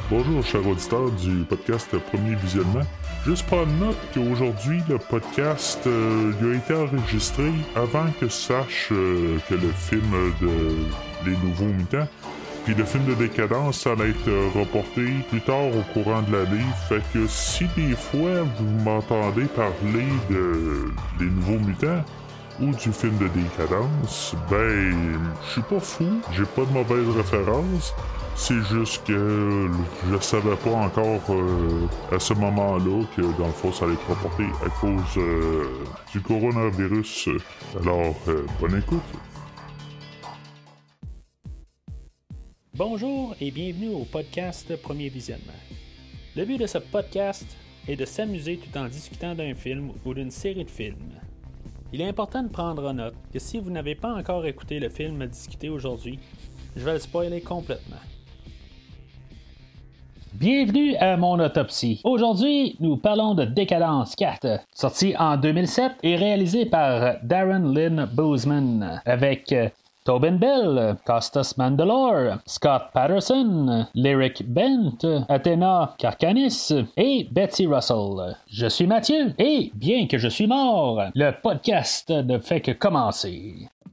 Bonjour, chers auditeurs du podcast Premier Visionnement. Juste prendre note qu'aujourd'hui, le podcast il a été enregistré avant que je sache que le film de Les Nouveaux Mutants, puis le film de Décadence, ça allait être reporté plus tard au courant de l'année. Fait que si des fois vous m'entendez parler de Les Nouveaux Mutants, ou du film de Décadence, ben, je suis pas fou, j'ai pas de mauvaises références. C'est juste que je savais pas encore à ce moment-là que dans le fond ça allait être reporté à cause du coronavirus. Alors, bonne écoute. Bonjour et bienvenue au podcast Premier Visionnement. Le but de ce podcast est de s'amuser tout en discutant d'un film ou d'une série de films. Il est important de prendre en note que si vous n'avez pas encore écouté le film discuté aujourd'hui, je vais le spoiler complètement. Bienvenue à mon autopsie. Aujourd'hui, nous parlons de Décadence 4, sorti en 2007 et réalisé par Darren Lynn Bousman, avec Tobin Bell, Costas Mandylor, Scott Patterson, Lyric Bent, Athena Karkanis et Betty Russell. Je suis Mathieu et bien que je suis mort, le podcast ne fait que commencer.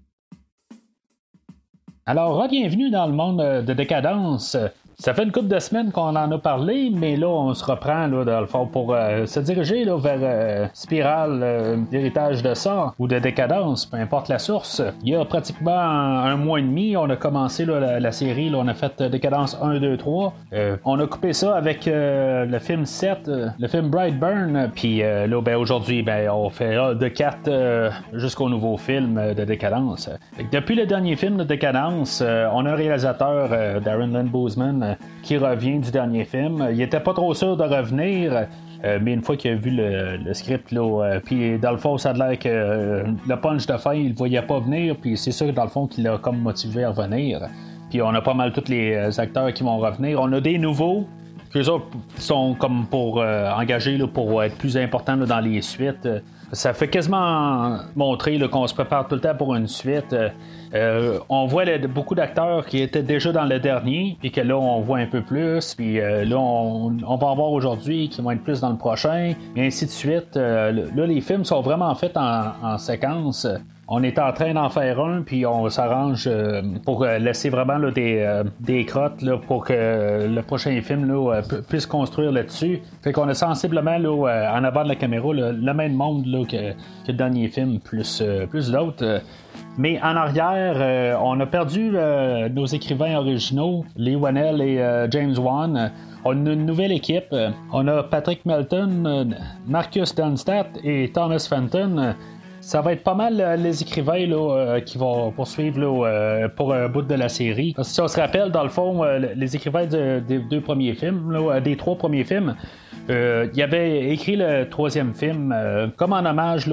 Alors, bienvenue dans le monde de Décadence. Ça fait une couple de semaines qu'on en a parlé, mais là, on se reprend là, dans le fond pour se diriger là, vers Spirale d'héritage de sang ou de Décadence, peu importe la source. Il y a pratiquement un mois et demi, on a commencé là, la série, là, on a fait Décadence 1, 2, 3. On a coupé ça avec le film 7, le film Brightburn, puis là, ben, aujourd'hui, ben, on fait de 4 jusqu'au nouveau film de Décadence. Depuis le dernier film de Décadence, on a un réalisateur, Darren Lynn Bousman, qui revient du dernier film. Il était pas trop sûr de revenir, mais une fois qu'il a vu le script, puis dans le fond, ça a l'air que le punch de fin, il le voyait pas venir, puis c'est sûr dans le fond qu'il l'a comme motivé à revenir. Puis on a pas mal tous les acteurs qui vont revenir. On a des nouveaux, eux autres sont comme pour engagés là, pour être plus importants là, dans les suites. Ça fait quasiment montrer là, qu'on se prépare tout le temps pour une suite. On voit beaucoup d'acteurs qui étaient déjà dans le dernier, puis que là, on voit un peu plus. Puis là, on va en voir aujourd'hui qui vont être plus dans le prochain, et ainsi de suite. Là, les films sont vraiment faits en séquence. On est en train d'en faire un, puis on s'arrange pour laisser vraiment là, des crottes là, pour que le prochain film là, puisse construire là-dessus. Fait qu'on a sensiblement là, en avant de la caméra le même monde là, que le dernier film, plus d'autres. Mais en arrière, on a perdu nos écrivains originaux, Lee Whannell et James Wan. On a une nouvelle équipe. On a Patrick Melton, Marcus Dunstadt et Thomas Fenton. Ça va être pas mal les écrivains là, qui vont poursuivre là, pour un bout de la série. Parce que si on se rappelle, dans le fond, les écrivains des 2 premiers films, là, des 3 premiers films, ils avaient écrit le 3e film comme en hommage là,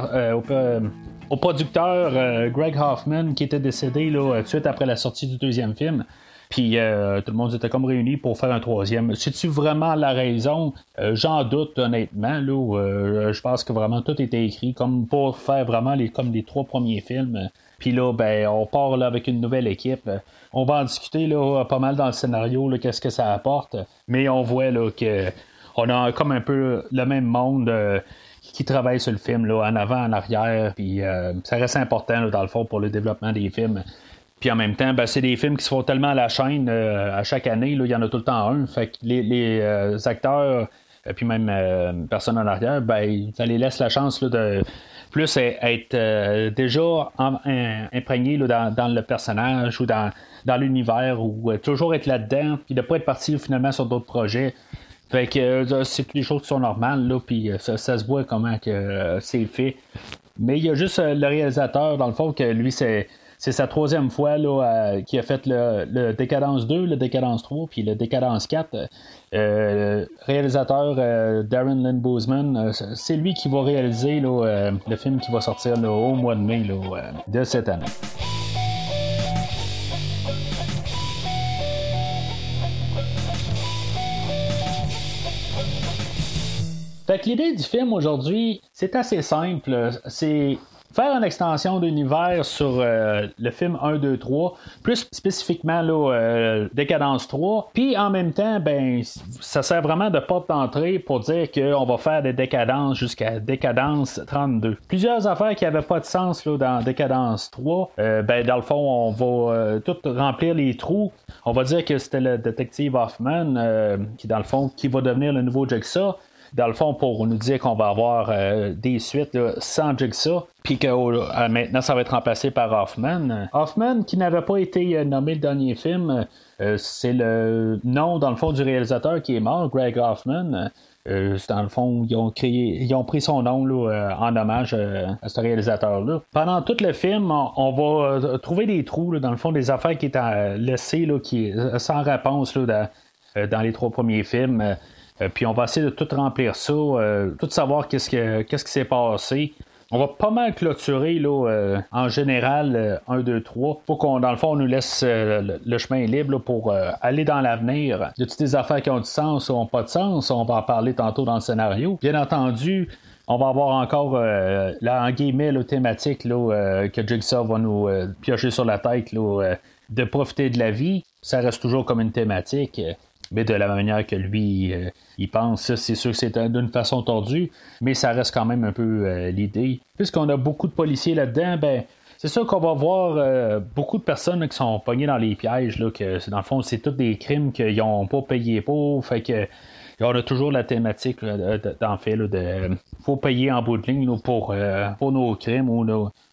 au producteur Greg Hoffman qui était décédé là, tout de suite après la sortie du 2e film. Puis tout le monde était comme réuni pour faire un 3e. C'est-tu vraiment la raison? J'en doute honnêtement. Là, je pense que vraiment tout était écrit comme pour faire vraiment comme les 3 premiers films. Puis là, ben, on part là, avec une nouvelle équipe. On va en discuter là, pas mal dans le scénario, là, qu'est-ce que ça apporte. Mais on voit là, que on a comme un peu le même monde qui travaille sur le film, là, en avant, en arrière. Puis ça reste important là, dans le fond pour le développement des films. Puis en même temps, ben, c'est des films qui se font tellement à la chaîne à chaque année, il y en a tout le temps un. Fait que les acteurs, puis même personne en arrière, ben, ça les laisse la chance là, de plus être déjà imprégné là, dans le personnage ou dans l'univers, ou toujours être là-dedans, puis de ne pas être parti finalement sur d'autres projets. Fait que c'est des choses qui sont normales, là, puis ça se voit comment que c'est fait. Mais il y a juste le réalisateur, dans le fond, que lui, c'est sa 3e fois là, qui a fait le Décadence 2, le Décadence 3, puis le Décadence 4. Réalisateur Darren Lynn Bousman, c'est lui qui va réaliser là, le film qui va sortir là, au mois de mai là, de cette année. Fait que l'idée du film aujourd'hui, c'est assez simple. C'est faire une extension d'univers sur le film 1, 2, 3, plus spécifiquement là, Décadence 3, puis en même temps, ben ça sert vraiment de porte d'entrée pour dire qu'on va faire des décadences jusqu'à Décadence 32. Plusieurs affaires qui n'avaient pas de sens là, dans Décadence 3, ben dans le fond, on va tout remplir les trous. On va dire que c'était le détective Hoffman qui, dans le fond, qui va devenir le nouveau Jigsaw. Dans le fond, pour nous dire qu'on va avoir des suites là, sans Jigsaw, puis que maintenant ça va être remplacé par Hoffman. Hoffman, qui n'avait pas été nommé le dernier film, c'est le nom, dans le fond, du réalisateur qui est mort, Greg Hoffman. Dans le fond, ils ont pris son nom là, en hommage à ce réalisateur-là. Pendant tout le film, on va trouver des trous, là, dans le fond, des affaires qui étaient laissées là, sans réponse là, dans les 3 premiers films. Puis on va essayer de tout remplir ça, tout savoir qu'est-ce qui s'est passé. On va pas mal clôturer là, en général 1, 2, 3 pour qu'on, dans le fond, on nous laisse le chemin libre là, pour aller dans l'avenir. Y a-t-il des affaires qui ont du sens ou n'ont pas de sens? On va en parler tantôt dans le scénario. Bien entendu, on va avoir encore en guillemets là, thématique là, que Jigsaw va nous piocher sur la tête là, de profiter de la vie. Ça reste toujours comme une thématique. Mais de la manière que lui, il pense, c'est sûr que c'est d'une façon tordue, mais ça reste quand même un peu l'idée. Puisqu'on a beaucoup de policiers là-dedans, ben c'est sûr qu'on va voir beaucoup de personnes là, qui sont pognées dans les pièges, là, que dans le fond, c'est tous des crimes qu'ils n'ont pas payé pour, fait que on a toujours la thématique là, d'en fait, là, de faut payer en bout de ligne là, pour nos crimes ou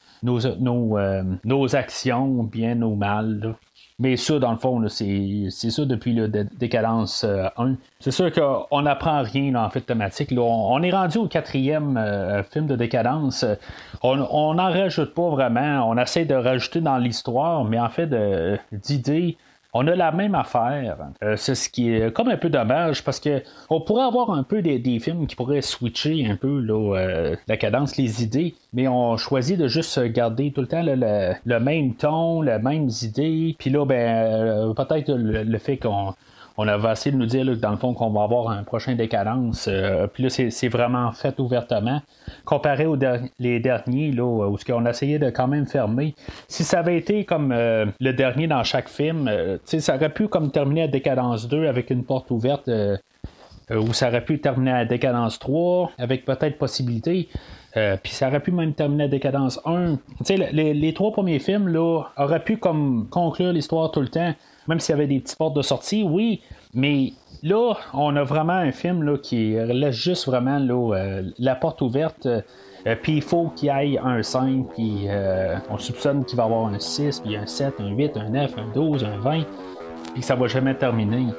nos actions, bien ou mal, là. Mais ça, dans le fond, là, c'est ça depuis le Décadence 1. C'est sûr qu'on n'apprend rien là, en fait thématique. Là, on est rendu au 4e film de Décadence. On n'en rajoute pas vraiment. On essaie de rajouter dans l'histoire, mais en fait d'idées. On a la même affaire. C'est ce qui est comme un peu dommage parce que on pourrait avoir un peu des films qui pourraient switcher un peu là, la cadence, les idées, mais on choisit de juste garder tout le temps le même ton, les mêmes idées. Puis là, peut-être le fait qu'on avait essayé de nous dire là, dans le fond qu'on va avoir un prochain Décadence. Puis là, c'est vraiment fait ouvertement. Comparé les derniers, là, où on a essayé de quand même fermer. Si ça avait été comme le dernier dans chaque film, ça aurait pu comme terminer à Décadence 2 avec une porte ouverte, ou ça aurait pu terminer à Décadence 3 avec peut-être possibilité. Puis ça aurait pu même terminer à Décadence 1. Les 3 premiers films là, auraient pu comme conclure l'histoire tout le temps, même s'il y avait des petites portes de sortie, oui, mais là, on a vraiment un film là, qui laisse juste vraiment là, la porte ouverte. Puis il faut qu'il y ait un 5, puis on soupçonne qu'il va y avoir un 6, puis un 7, un 8, un 9, un 12, un 20, puis que ça va jamais terminer.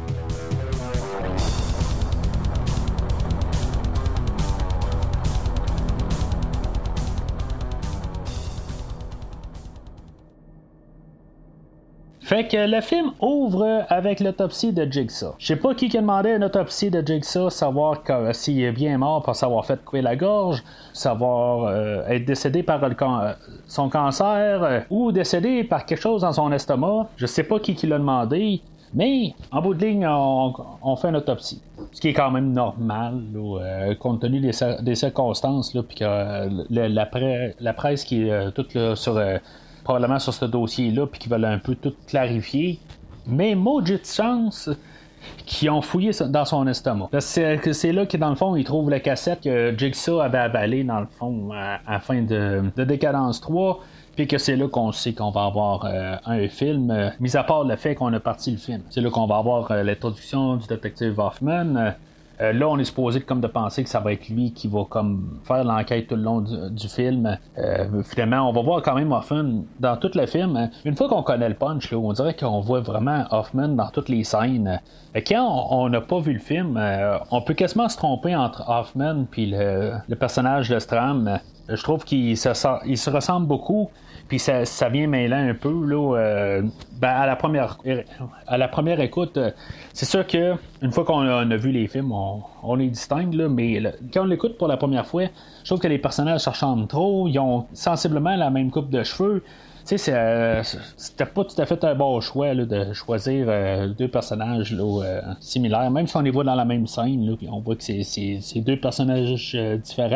Fait que le film ouvre avec l'autopsie de Jigsaw. Je sais pas qui a demandé une autopsie de Jigsaw, savoir s'il est bien mort pour s'avoir fait couper la gorge, savoir être décédé par son cancer ou décédé par quelque chose dans son estomac. Je sais pas qui l'a demandé, mais en bout de ligne, on fait une autopsie. Ce qui est quand même normal, là, compte tenu des circonstances, puis que la presse qui est toute là, probablement sur ce dossier-là, puis qui veulent un peu tout clarifier. Mais maudite chance qu'ils ont fouillé dans son estomac. C'est là que, dans le fond, ils trouvent la cassette que Jigsaw avait avalée, dans le fond, à la fin de Décadence 3, puis que c'est là qu'on sait qu'on va avoir un film, mis à part le fait qu'on a parti le film. C'est là qu'on va avoir l'introduction du détective Hoffman. Là, on est supposé comme de penser que ça va être lui qui va comme faire l'enquête tout le long du film. Finalement, on va voir quand même Hoffman dans tout le film. Une fois qu'on connaît le punch, là, on dirait qu'on voit vraiment Hoffman dans toutes les scènes. Quand on n'a pas vu le film, on peut quasiment se tromper entre Hoffman et le personnage de Stram. Je trouve qu'il se ressemble beaucoup. Puis ça vient mêler un peu là, à la première écoute. C'est sûr que une fois qu'on a vu les films, on les distingue, là, mais quand on l'écoute pour la première fois, je trouve que les personnages se ressemblent trop. Ils ont sensiblement la même coupe de cheveux. Tu sais, c'était pas tout à fait un bon choix là, de choisir 2 personnages là, similaires, même si on les voit dans la même scène, là, puis on voit que c'est 2 personnages différents.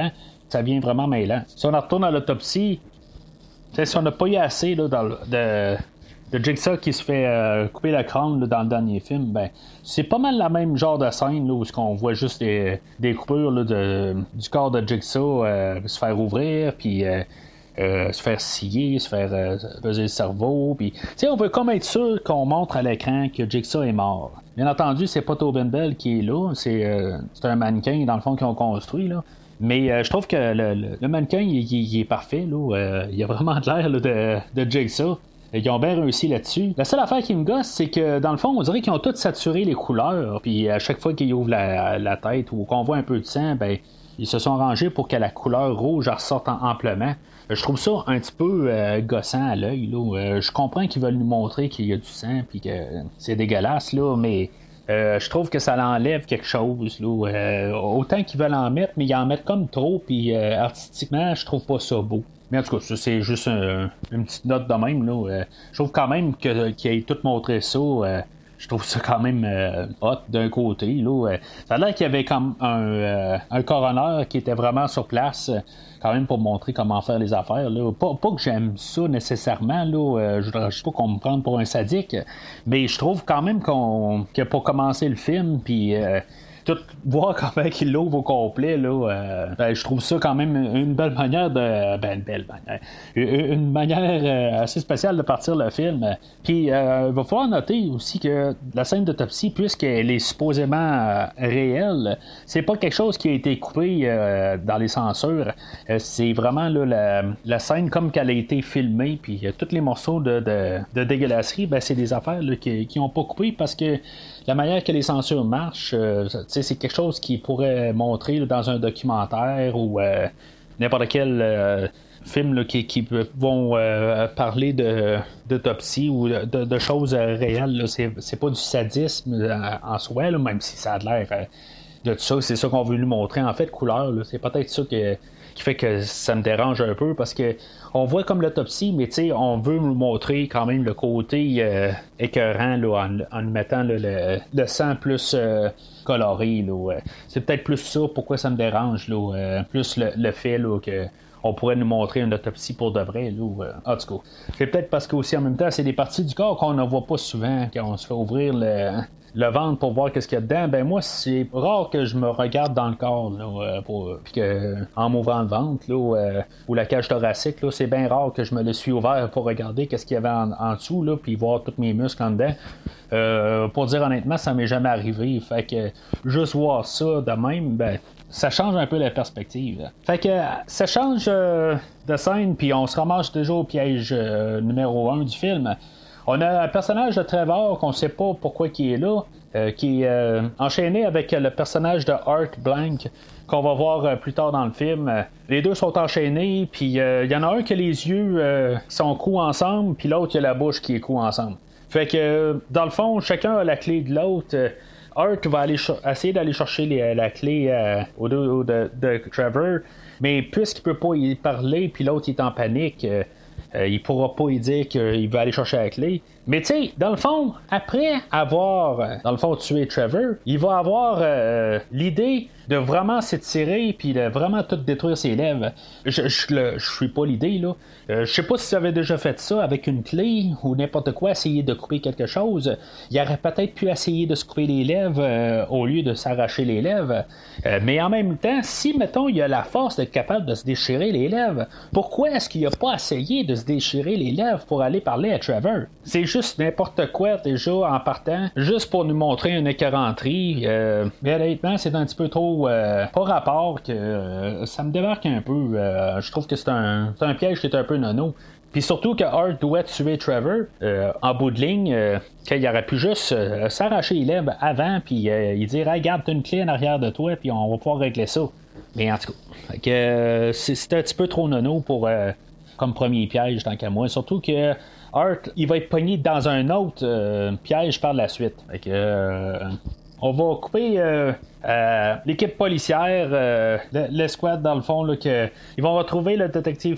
ça devient vraiment mêlant. Si on retourne à l'autopsie, si on n'a pas eu assez là, de Jigsaw qui se fait couper le crâne là, dans le dernier film, ben c'est pas mal la même genre de scène là, où on voit juste des coupures là, du corps de Jigsaw se faire ouvrir, puis se faire scier, se faire peser le cerveau, puis on veut comme être sûr qu'on montre à l'écran que Jigsaw est mort. Bien entendu, c'est pas Tobin Bell qui est là, c'est un mannequin dans le fond qu'ils ont construit là. Mais je trouve que le mannequin il est parfait là, il a vraiment l'air là, de Jigsaw. Ils ont bien réussi là-dessus. La seule affaire qui me gosse, c'est que dans le fond, on dirait qu'ils ont tous saturé les couleurs. Puis à chaque fois qu'ils ouvrent la tête ou qu'on voit un peu de sang, ben ils se sont rangés pour que la couleur rouge ressorte amplement. Je trouve ça un petit peu gossant à l'œil. Je comprends qu'ils veulent nous montrer qu'il y a du sang puis que c'est dégueulasse, là, mais je trouve que ça l'enlève quelque chose. Autant qu'ils veulent en mettre, mais ils en mettent comme trop, puis artistiquement, je trouve pas ça beau. Mais en tout cas, ça, c'est juste une petite note de même. Je trouve quand même qu'ils aient tout montré ça. Je trouve ça quand même hot d'un côté. Ça a l'air qu'il y avait comme un coroner qui était vraiment sur place, quand même pour montrer comment faire les affaires. Pas que j'aime ça nécessairement. Je voudrais pas qu'on me prenne pour un sadique, mais je trouve quand même que pour commencer le film, puis tout voir comment il l'ouvre au complet, je trouve ça quand même une belle manière une manière assez spéciale de partir le film. Puis il va falloir noter aussi que la scène d'autopsie, puisqu'elle est supposément réelle, c'est pas quelque chose qui a été coupé dans les censures. C'est vraiment la scène comme qu'elle a été filmée, puis tous les morceaux de dégueulasserie, c'est des affaires qui n'ont pas coupé parce que la manière que les censures marchent, c'est quelque chose qui pourrait montrer dans un documentaire ou n'importe quel film qui vont parler d'autopsie ou de choses réelles. C'est pas du sadisme en soi, même si ça a l'air de tout ça. C'est ça qu'on veut lui montrer. En fait, couleur, c'est peut-être ça qui fait que ça me dérange un peu parce que on voit comme l'autopsie, mais on veut nous montrer quand même le côté écœurant en mettant le sang plus coloré. C'est peut-être plus ça pourquoi ça me dérange, plus le fait que on pourrait nous montrer une autopsie pour de vrai. En tout cas, c'est peut-être parce qu'aussi en même temps, c'est des parties du corps qu'on ne voit pas souvent quand on se fait ouvrir le ventre pour voir qu'est-ce qu'il y a dedans. Ben moi, c'est rare que je me regarde dans le corps puis que en m'ouvrant le ventre ou la cage thoracique, c'est bien rare que je me le suis ouvert pour regarder qu'est-ce qu'il y avait en dessous puis voir tous mes muscles en dedans. Pour dire honnêtement, ça m'est jamais arrivé. Fait que juste voir ça de même, ça change un peu la perspective. Fait que ça change de scène, puis on se ramasse déjà au piège numéro 1 du film. On a un personnage de Trevor qu'on ne sait pas pourquoi il est là, qui est enchaîné avec le personnage de Art Blank qu'on va voir plus tard dans le film. Les deux sont enchaînés, puis il y en a un qui a les yeux qui sont cous ensemble, puis l'autre qui a la bouche qui est cou ensemble. Fait que dans le fond, chacun a la clé de l'autre. Art va aller essayer d'aller chercher la clé au dos de Trevor, mais puisqu'il peut pas y parler, puis l'autre est en panique, il pourra pas y dire qu'il veut aller chercher la clé. Mais tu sais, dans le fond, après avoir, dans le fond, tué Trevor, il va avoir l'idée de vraiment s'étirer puis de vraiment tout détruire ses lèvres. Je suis pas l'idée, là. Je sais pas si tu avais déjà fait ça avec une clé ou n'importe quoi, essayer de couper quelque chose. Il aurait peut-être pu essayer de se couper les lèvres au lieu de s'arracher les lèvres. Mais en même temps, si, mettons, il a la force d'être capable de se déchirer les lèvres, pourquoi est-ce qu'il a pas essayé de se déchirer les lèvres pour aller parler à Trevor? C'est juste n'importe quoi déjà en partant, juste pour nous montrer une écœuranterie. Mais honnêtement, c'est un petit peu trop pas rapport que ça me débarque un peu. Je trouve que c'est un piège qui est un peu nono. Puis surtout que Art doit tuer Trevor en bout de ligne, qu'il aurait pu juste s'arracher les lèvres avant, puis il dire hey, regarde, t'as une clé en arrière de toi, puis on va pouvoir régler ça. Mais en tout cas, c'est un petit peu trop nono pour comme premier piège tant qu'à moi. Surtout que Art, il va être pogné dans un autre piège par la suite. Fait que on va couper l'équipe policière, l'escouade dans le fond, ils vont retrouver le détective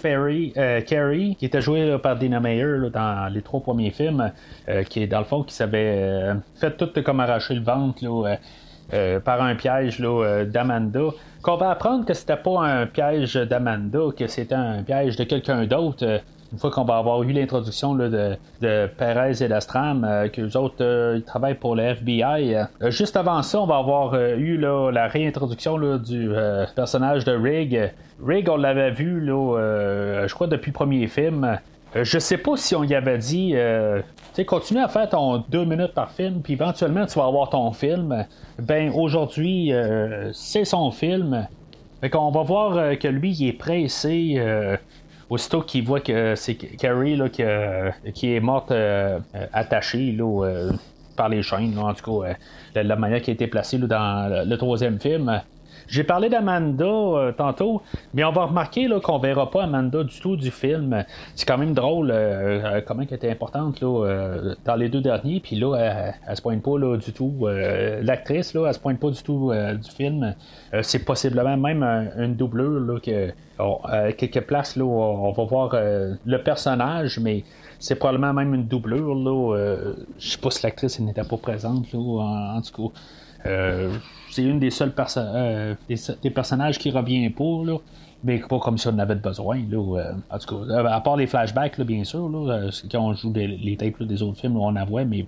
Carey, qui était joué par Dina Meyer dans les 3 premiers films, qui est dans le fond qui s'avait fait tout comme arracher le ventre. par un piège là, d'Amanda. Qu'on va apprendre que c'était pas un piège d'Amanda, que c'était un piège de quelqu'un d'autre. Une fois qu'on va avoir eu l'introduction là, de Perez et d'Astram, qu'eux autres ils travaillent pour le FBI. Juste avant ça, on va avoir eu là, la réintroduction là, du personnage de Rig. Rig, on l'avait vu là, je crois depuis le premier film. Je sais pas si on y avait dit continue à faire ton 2 minutes par film, puis éventuellement tu vas avoir ton film. Ben aujourd'hui, c'est son film. Fait qu'on va voir que lui, il est pressé. Aussitôt qu'il voit que c'est Carrie là, qui est morte attachée là, par les chaînes, là, en tout cas, la manière qui a été placée là, dans le 3e film. J'ai parlé d'Amanda tantôt, mais on va remarquer là, qu'on verra pas Amanda du tout du film. C'est quand même drôle comment elle était importante là, dans les 2 derniers, puis là, elle se pointe pas là, du tout. L'actrice, là, elle se pointe pas du tout du film. C'est possiblement même une doublure là, que quelques places là, on va voir le personnage, mais c'est probablement même une doublure. Je sais pas si l'actrice n'était pas présente là, en tout cas. C'est une des seuls des personnages qui revient pas, là, mais pas comme si on avait besoin. Là, en tout cas, à part les flashbacks, là, bien sûr, là, quand on joue les tapes là, des autres films, là, on en voit, mais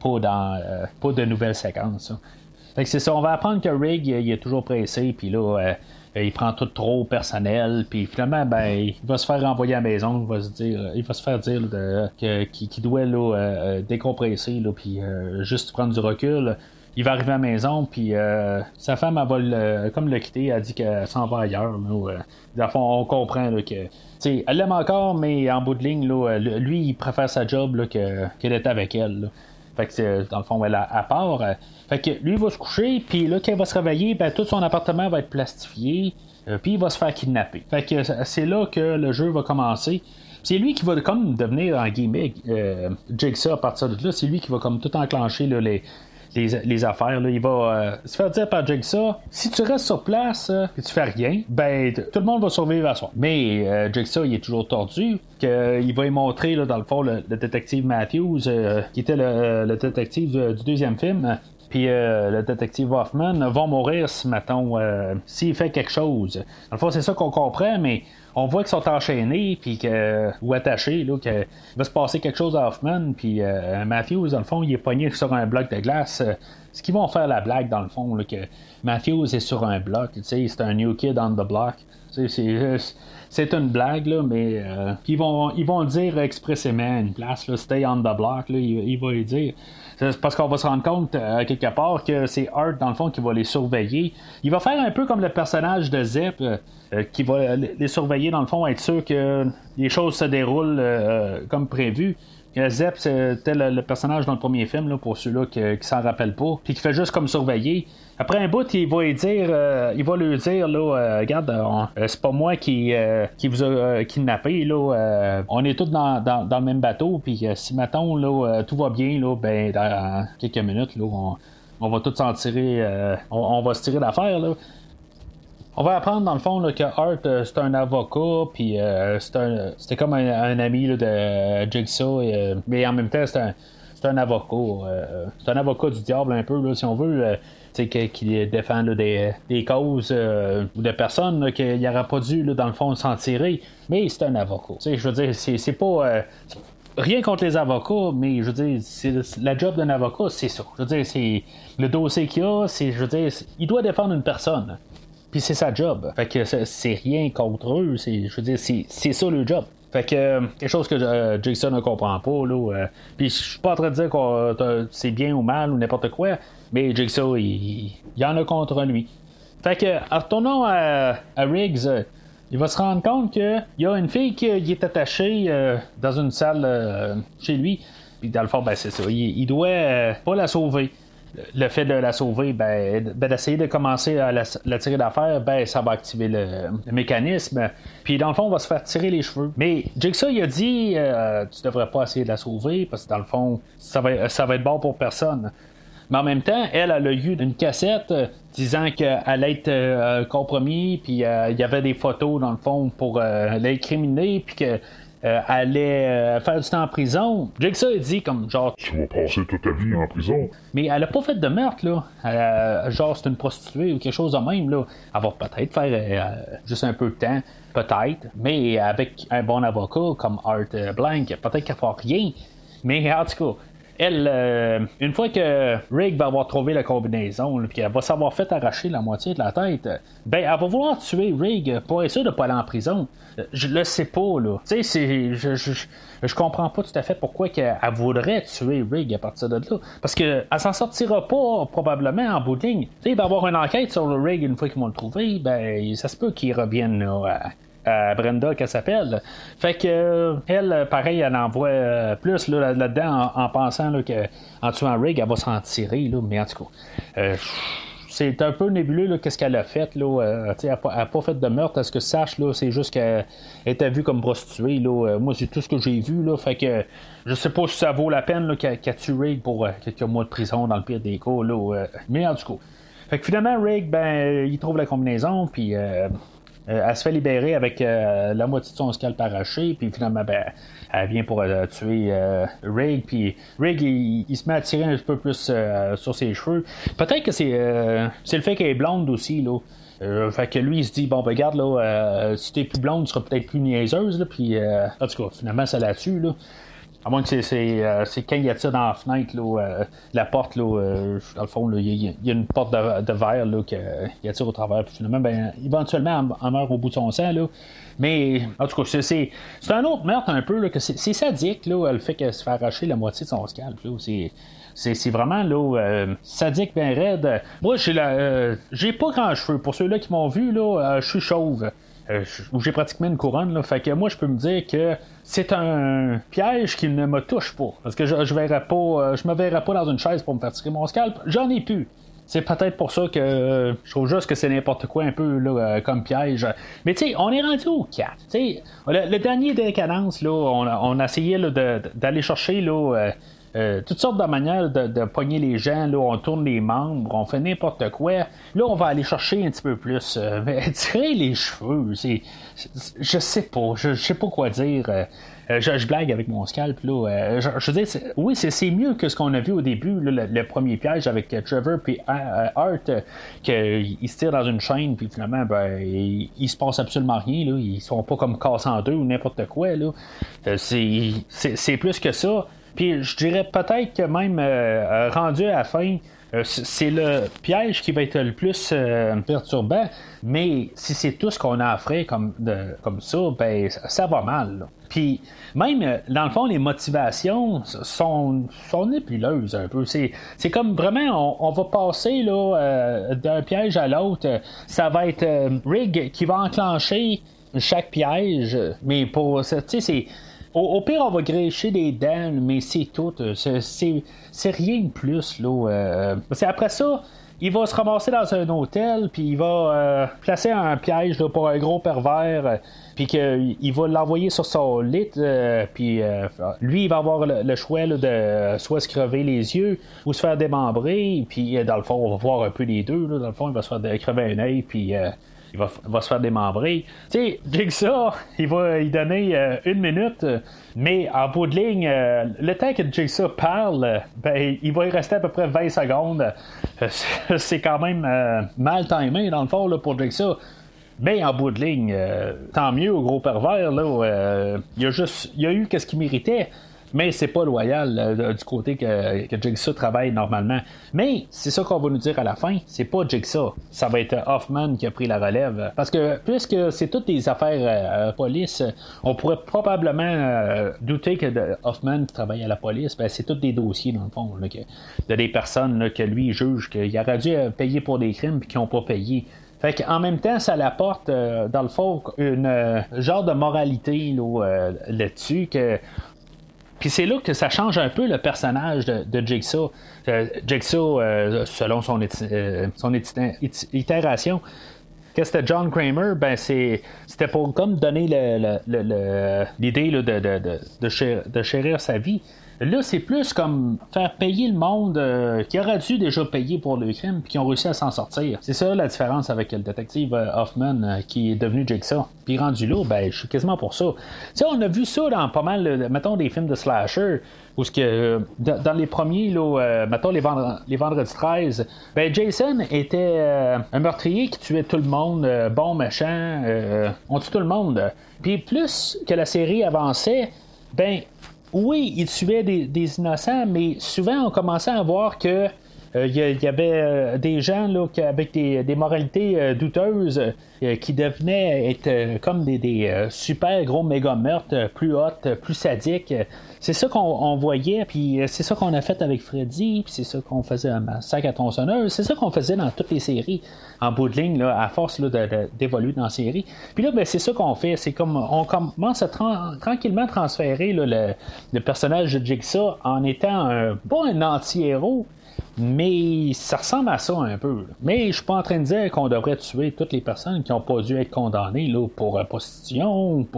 pas de nouvelles séquences. Fait que c'est ça, on va apprendre que Rig il est toujours pressé, puis là, il prend tout trop personnel, puis finalement, ben, il va se faire renvoyer à la maison, il va se faire dire qu'il doit là, décompresser, là, puis juste prendre du recul. Il va arriver à la maison, puis sa femme, elle va comme le quitter, elle dit qu'elle s'en va ailleurs. Dans le fond, on comprend là, que elle l'aime encore, mais en bout de ligne, là, lui, il préfère sa job là, qu'elle est avec elle. Là. Fait que dans le fond, elle à part. Fait que lui, il va se coucher, puis là, quand il va se réveiller, ben, tout son appartement va être plastifié, puis il va se faire kidnapper. Fait que c'est là que le jeu va commencer. C'est lui qui va comme devenir, en guillemets, Jigsaw à partir de là. C'est lui qui va comme tout enclencher là, les affaires. Là. Il va se faire dire par Jigsaw, si tu restes sur place et tu fais rien, ben tout le monde va survivre à soi. Mais Jigsaw, il est toujours tordu. Il va y montrer, là, dans le fond, le détective Matthews, qui était le détective du 2e film. Puis le détective Hoffman vont mourir si, mettons, s'il fait quelque chose. Dans le fond, c'est ça qu'on comprend, mais on voit qu'ils sont enchaînés ou attachés, là, qu'il va se passer quelque chose à Hoffman, puis Matthews, dans le fond, il est pogné sur un bloc de glace. Ce qu'ils vont faire la blague, dans le fond, là, que Matthews est sur un bloc, c'est un new kid on the block. C'est une blague, là, mais ils vont le dire expressément à une place, là, stay on the block, là, il va le dire. C'est parce qu'on va se rendre compte quelque part que c'est Art dans le fond qui va les surveiller. Il va faire un peu comme le personnage de Zep qui va les surveiller dans le fond, être sûr que les choses se déroulent comme prévu. Zep, c'était le personnage dans le premier film, là, pour ceux-là qui s'en rappellent pas, puis qui fait juste comme surveiller. Après un bout, il va lui dire, là, regarde, c'est pas moi qui vous a kidnappé, là, on est tous dans le même bateau, puis si mettons là, tout va bien, là, ben dans quelques minutes, là, on va tous s'en tirer, on va se tirer d'affaire, là. On va apprendre dans le fond là, que Art c'est un avocat, puis c'était comme un ami là, de Jigsaw, mais en même temps c'est un avocat. C'est un avocat du diable un peu, là, si on veut, qui défend là, des causes ou de personnes là, qu'il n'aurait pas dû dans le fond s'en tirer, mais c'est un avocat. Je veux dire, c'est pas. Rien contre les avocats, mais je veux dire, la job d'un avocat, c'est ça. Je veux dire, c'est le dossier qu'il a, je veux dire, il doit défendre une personne. Puis c'est sa job. Fait que c'est rien contre eux. Je veux dire, c'est ça le job. Fait que quelque chose que Jigsaw ne comprend pas. Là, puis je suis pas en train de dire que c'est bien ou mal ou n'importe quoi. Mais Jigsaw, il y en a contre lui. Fait que en retournant à Riggs, il va se rendre compte qu'il y a une fille qui est attachée dans une salle chez lui. Puis dans le fond, ben c'est ça. Il doit pas la sauver. Le fait de la sauver, d'essayer de commencer à la tirer d'affaire, ça va activer le mécanisme. Puis dans le fond, on va se faire tirer les cheveux. Mais Jigsaw, il a dit tu devrais pas essayer de la sauver parce que dans le fond, ça va être bon pour personne. Mais en même temps, elle a eu une cassette disant qu'elle allait être compromise, puis il y avait des photos dans le fond pour l'incriminer, puis que allait faire du temps en prison. Jigsaw a dit comme genre tu vas passer toute ta vie en prison. Mais elle a pas fait de meurtre là. Genre c'est une prostituée ou quelque chose de même là. Elle va peut-être faire juste un peu de temps, peut-être. Mais avec un bon avocat comme Art Blank, peut-être qu'elle fera rien. Mais en tout cas. Elle, une fois que Rigg va avoir trouvé la combinaison, puis elle va s'avoir fait arracher la moitié de la tête, ben elle va vouloir tuer Rigg pour être sûr de pas aller en prison. Je le sais pas, là. Tu sais, je comprends pas tout à fait pourquoi qu'elle voudrait tuer Rigg à partir de là. Parce qu'elle s'en sortira pas, probablement, en bout de ligne. Tu sais, il va y avoir une enquête sur le Rigg une fois qu'ils vont le trouver, ben ça se peut qu'il revienne, là, à Brenda qu'elle s'appelle. Fait que elle, pareil, elle en voit plus là-dedans en pensant là, qu'en tuant Rigg, elle va s'en tirer, là, mais en tout cas. C'est un peu nébuleux là, qu'est-ce qu'elle a fait. Là, elle n'a pas fait de meurtre, à ce que je sache. Là, c'est juste qu'elle était vue comme prostituée. Là. Moi, c'est tout ce que j'ai vu. Là, fait que je sais pas si ça vaut la peine là, qu'elle tue Rigg pour quelques mois de prison dans le pire des cas. Là, mais en tout cas. Fait que finalement, Rigg, ben, il trouve la combinaison, puis elle se fait libérer avec la moitié de son scalp arraché, puis finalement, ben, elle vient pour tuer Rigg, puis Rigg, il se met à tirer un peu plus sur ses cheveux. Peut-être que c'est le fait qu'elle est blonde aussi, là. Fait que lui, il se dit, bon, ben, regarde, là, si t'es plus blonde, tu seras peut-être plus niaiseuse, là, puis en tout cas, finalement, ça la tue, là. À moins que c'est quand il y a ça dans la fenêtre, là, la porte, là, dans le fond, il y a une porte de verre là, qu'il attire au travers. Puis finalement, ben, éventuellement, elle meurt au bout de son sang. Là. Mais, en tout cas, c'est un autre meurtre un peu, là, que c'est sadique, là, le fait qu'elle se fait arracher la moitié de son scalp. Là, c'est vraiment là, sadique, bien raide. Moi, j'ai pas grand cheveux. Pour ceux-là qui m'ont vu, là, je suis chauve. Où j'ai pratiquement une couronne, là. Fait que moi je peux me dire que c'est un piège qui ne me touche pas. Parce que je me verrais pas dans une chaise pour me faire tirer mon scalp. J'en ai plus. C'est peut-être pour ça que je trouve juste que c'est n'importe quoi un peu là, comme piège. Mais tu sais, on est rendu au 4. Le dernier Décadence, là, on a essayé là, d'aller chercher là, toutes sortes de manières de pogner les gens. Là, on tourne les membres, on fait n'importe quoi. Là, on va aller chercher un petit peu plus. Mais tirer les cheveux, je sais pas. Je sais pas quoi dire. Je blague avec mon scalp. Là. Je veux dire, oui, c'est mieux que ce qu'on a vu au début, là, le premier piège avec Trevor et Art, qu'ils se tirent dans une chaîne, puis finalement, ben, il se passe absolument rien. Là. Ils sont pas comme cassés en deux ou n'importe quoi. Là. C'est plus que ça. Puis je dirais peut-être que même rendu à la fin, c'est le piège qui va être le plus perturbant, mais si c'est tout ce qu'on a à faire comme ça, ben ça va mal. Là. Puis même, dans le fond, les motivations sont nébuleuses un peu. C'est comme vraiment, on va passer là, d'un piège à l'autre. Ça va être Rigg qui va enclencher chaque piège, mais pour tu sais, c'est... Au pire, on va grécher des dents, mais c'est tout. C'est rien de plus. Là, parce qu'après ça, il va se ramasser dans un hôtel, puis il va placer un piège là, pour un gros pervers, puis qu'il va l'envoyer sur son lit, puis lui, il va avoir le choix là, de soit se crever les yeux ou se faire démembrer, puis dans le fond, on va voir un peu les deux. Là, dans le fond, il va se faire crever un œil, puis... il va se faire démembrer. Tu sais, Jigsaw, il va y donner 1 minute, mais en bout de ligne, le temps que Jigsaw parle, ben, il va y rester à peu près 20 secondes. C'est quand même mal timé, dans le fond, là, pour Jigsaw. Mais en bout de ligne, tant mieux au gros pervers, là, il y a eu ce qu'il méritait. Mais c'est pas loyal du côté que Jigsaw travaille normalement. Mais c'est ça qu'on va nous dire à la fin, c'est pas Jigsaw. Ça va être Hoffman qui a pris la relève. Parce que puisque c'est toutes des affaires police, on pourrait probablement douter que Hoffman qui travaille à la police, ben, c'est tous des dossiers dans le fond. Là, de des personnes là, que lui juge qu'il aurait dû payer pour des crimes et qui n'ont pas payé. Fait qu'en même temps, ça l'apporte, dans le fond, une genre de moralité là-dessus que... Puis c'est là que ça change un peu le personnage de Jigsaw. Jigsaw, selon son itération, que c'était John Kramer, ben c'était pour comme donner l'idée là, de chérir sa vie. Là, c'est plus comme faire payer le monde qui aurait dû déjà payer pour le crime puis qui ont réussi à s'en sortir. C'est ça la différence avec le détective Hoffman qui est devenu Jigsaw. Puis rendu là, ben, je suis quasiment pour ça. T'sais, on a vu ça dans pas mal, mettons, des films de slasher. Où dans les premiers, là, mettons les vendredis 13, ben Jason était un meurtrier qui tuait tout le monde, bon, méchant, on tue tout le monde. Puis plus que la série avançait, ben oui, il tuait des innocents, mais souvent on commençait à voir que il y avait des gens là, avec des moralités douteuses qui devenaient être comme des super gros méga meurtres, plus hautes, plus sadiques. C'est ça qu'on voyait, puis c'est ça qu'on a fait avec Freddy, puis c'est ça qu'on faisait à Massacre à tronçonneuse, c'est ça qu'on faisait dans toutes les séries, en bout de ligne, là, à force là, d'évoluer dans la série. Puis là, ben, c'est ça qu'on fait, c'est comme on commence à tranquillement transférer là, le personnage de Jigsaw en étant pas un anti-héros, mais ça ressemble à ça un peu. Mais je suis pas en train de dire qu'on devrait tuer toutes les personnes qui n'ont pas dû être condamnées là, pour prostitution ou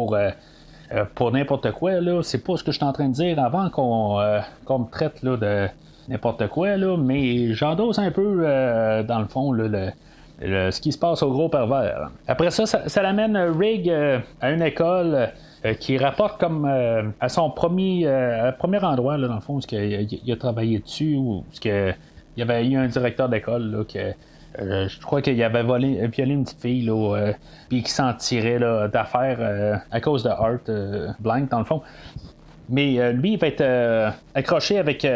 pour n'importe quoi. Là. C'est pas ce que je suis en train de dire avant qu'on me traite là, de n'importe quoi. Là, mais j'endosse un peu, dans le fond, là, ce qui se passe au gros pervers. Après ça l'amène Rig à une école qui rapporte comme à son premier endroit, là, dans le fond, où il a travaillé dessus, où il y avait eu un directeur d'école là, je crois qu'il avait violé une petite fille, puis qui s'en tirait là, d'affaires à cause de Art Blank, dans le fond. Mais lui, il va être accroché avec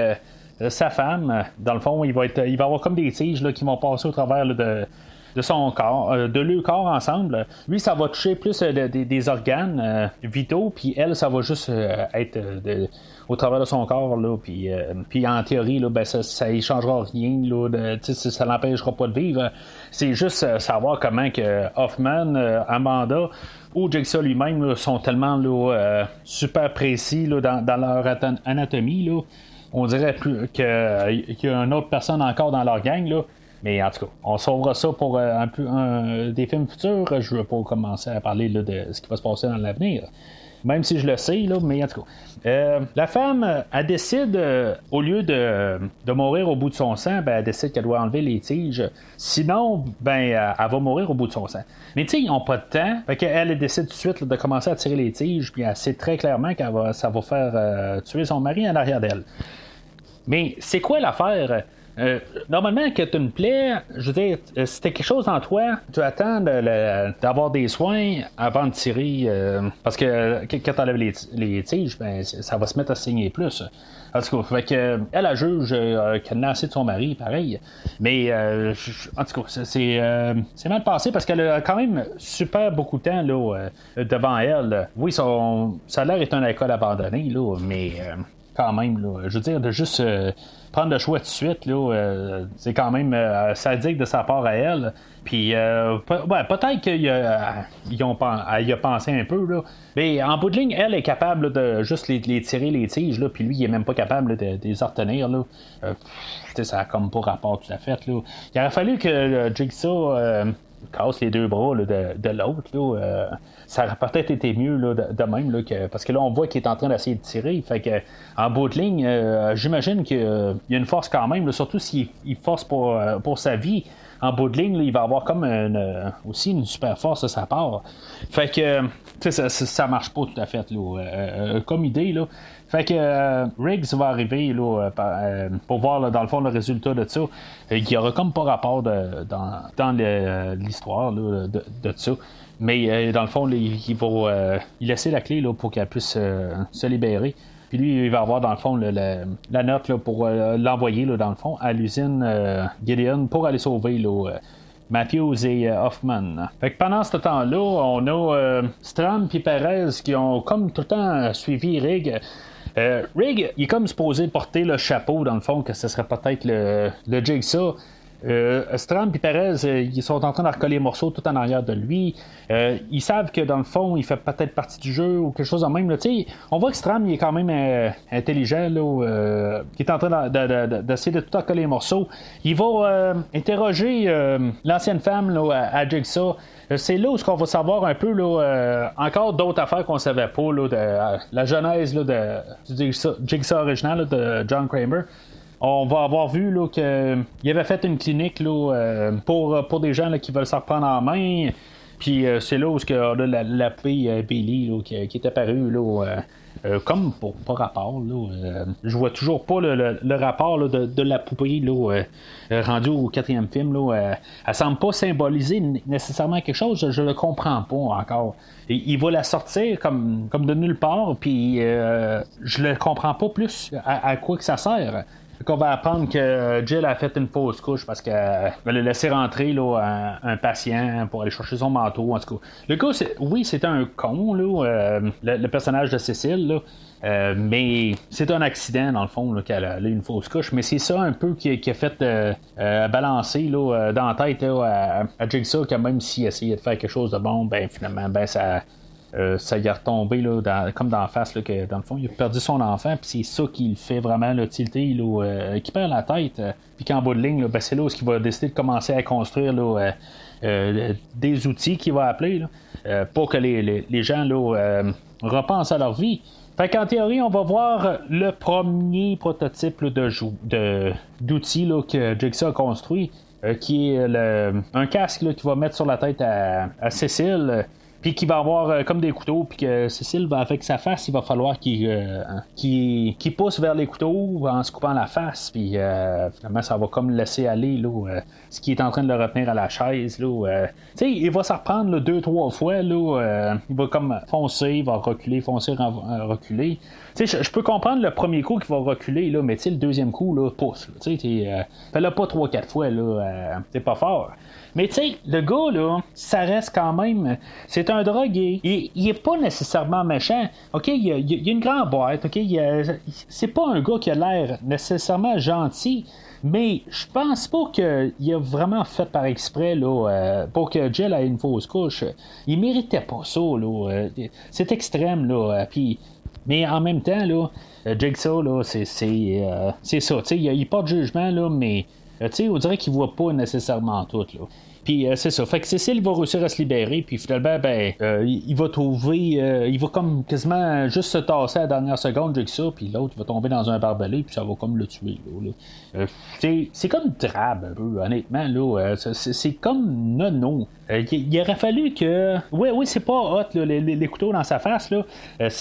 sa femme. Dans le fond, il va avoir comme des tiges là, qui vont passer au travers là, de son corps, de leur corps ensemble. Lui, ça va toucher plus des organes vitaux, puis elle, ça va juste être au travers de son corps, là, puis en théorie, là, ben, ça y changera rien, là, ça l'empêchera pas de vivre. C'est juste savoir comment que Hoffman, Amanda ou Jigsaw lui-même là, sont tellement là, super précis là, dans leur anatomie. Là. On dirait plus qu'il y a une autre personne encore dans leur gang, là. Mais en tout cas, on sauvera ça pour des films futurs. Je ne veux pas commencer à parler là, de ce qui va se passer dans l'avenir. Même si je le sais, là, mais en tout cas. La femme, elle décide, au lieu de mourir au bout de son sang, ben, elle décide qu'elle doit enlever les tiges. Sinon, ben, elle va mourir au bout de son sang. Mais tu sais, ils n'ont pas de temps. Fait qu'elle décide tout de suite là, de commencer à tirer les tiges, puis elle sait très clairement que ça va faire tuer son mari en arrière d'elle. Mais c'est quoi l'affaire? Normalement, que tu une plaie, je veux dire, si t'as quelque chose en toi, tu attends d'avoir des soins avant de tirer. Parce que quand tu enlèves les tiges, ben, ça va se mettre à saigner plus. En tout cas, fait que, elle juge qu'elle n'a assez de son mari, pareil. Mais, en tout cas, c'est mal passé parce qu'elle a quand même super beaucoup de temps là, devant elle. Oui, ça a l'air d'être un école abandonné, là, mais quand même, là, je veux dire, de juste prendre le choix tout de suite, là, c'est quand même sadique de sa part à elle. Puis peut-être qu'il y a pensé un peu, là. Mais en bout de ligne, elle est capable là, de juste les tirer les tiges, là, puis lui, il est même pas capable là, de les retenir. Là. Ça a comme pas rapport tout à fait. Là. Il aurait fallu que Jigsaw casse les deux bras là, de l'autre. Là, ça aurait peut-être été mieux là, de même, là, parce que là, on voit qu'il est en train d'essayer de tirer. Fait que, en bout de ligne, j'imagine qu'il y a une force quand même, là, surtout s'il force pour sa vie. En bout de ligne, là, il va avoir comme aussi une super force de sa part. Fait que ça marche pas tout à fait là, comme idée. Là. Fait que Riggs va arriver là, pour voir là, dans le fond le résultat de ça. Il n'y aura comme pas rapport dans l'histoire là, de ça. Mais dans le fond, il va laisser la clé là, pour qu'elle puisse se libérer. Puis lui, il va avoir dans le fond la note là, pour l'envoyer là, dans le fond à l'usine Gideon pour aller sauver là, Matthews et Hoffman. Fait que pendant ce temps-là, on a Strahm et Perez qui ont comme tout le temps suivi Rig. Rig, il est comme supposé porter le chapeau dans le fond, que ce serait peut-être le Jigsaw. Strahm et Perez, ils sont en train de recoller les morceaux tout en arrière de lui. Ils savent que dans le fond, il fait peut-être partie du jeu ou quelque chose de même. Là. On voit que Strahm il est quand même intelligent, là, qui est en train d'essayer de tout recoller les morceaux. Il va interroger l'ancienne femme là, à Jigsaw. C'est là où on va savoir un peu là, encore d'autres affaires qu'on savait pas là, de la genèse là, du Jigsaw original là, de John Kramer. On va avoir vu là, qu'il avait fait une clinique là, pour des gens là, qui veulent s'en reprendre en main. Puis c'est là où on a la poupée Billy là, qui est apparue là, comme pas rapport. Là, je vois toujours pas le rapport là, de la poupée là, rendue au 4e film. Là, elle semble pas symboliser nécessairement quelque chose. Je le comprends pas encore. Il va la sortir comme de nulle part. Puis je le comprends pas plus à quoi que ça sert. On va apprendre que Jill a fait une fausse couche parce qu'elle a laissé rentrer là, un patient pour aller chercher son manteau. En tout cas, le gars, c'est un con, là, le personnage de Cécile, là, mais c'est un accident, dans le fond, là, qu'elle a eu une fausse couche. Mais c'est ça un peu qui a fait balancer là, dans la tête là, à Jigsaw, que même s'il essayait de faire quelque chose de bon, ben finalement, ben ça y est retombé là, comme dans la face là, que dans le fond il a perdu son enfant, puis c'est ça qui le fait vraiment le tilter là, qui perd la tête, puis qu'en bout de ligne là, ben, c'est là où il va décider de commencer à construire là, des outils qu'il va appeler là, pour que les gens là, repensent à leur vie. Fait qu'en théorie, on va voir le premier prototype là, d'outils là, que Jigsaw a construit, qui est un casque là, qu'il va mettre sur la tête à Cécile. Puis qu'il va avoir comme des couteaux, puis que Cécile, avec sa face, il va falloir qu'il pousse vers les couteaux en se coupant la face, puis finalement, ça va comme le laisser aller, là, ce qui est en train de le retenir à la chaise. Là, tu sais, il va s'en reprendre 2-3 fois, là, il va comme foncer, il va reculer, foncer, reculer. Tu sais, je peux comprendre le premier coup qu'il va reculer, là, mais tu sais, le deuxième coup, là, pousse. Tu sais, fais-le pas 3-4 fois, là, c'est pas fort. Mais tu sais, le gars, là, ça reste quand même... C'est un drogué. Il est pas nécessairement méchant. OK, il y a une grande boîte. OK, c'est pas un gars qui a l'air nécessairement gentil. Mais je pense pas qu'il a vraiment fait par exprès là, pour que Jill ait une fausse couche. Il méritait pas ça. Là. C'est extrême. Là. Puis... Mais en même temps, là, Jigsaw, là, c'est ça. Il pas de jugement, là, mais on dirait qu'il voit pas nécessairement tout. Là. Puis c'est ça. Fait que Cécile va réussir à se libérer, puis finalement, il va trouver. Il va comme quasiment juste se tasser à la dernière seconde, Jigsaw, puis l'autre va tomber dans un barbelé, puis ça va comme le tuer. Là. C'est comme drabe, un peu, honnêtement. Là. C'est comme nono. Il aurait fallu que. Oui, c'est pas hot, là, les couteaux dans sa face, là.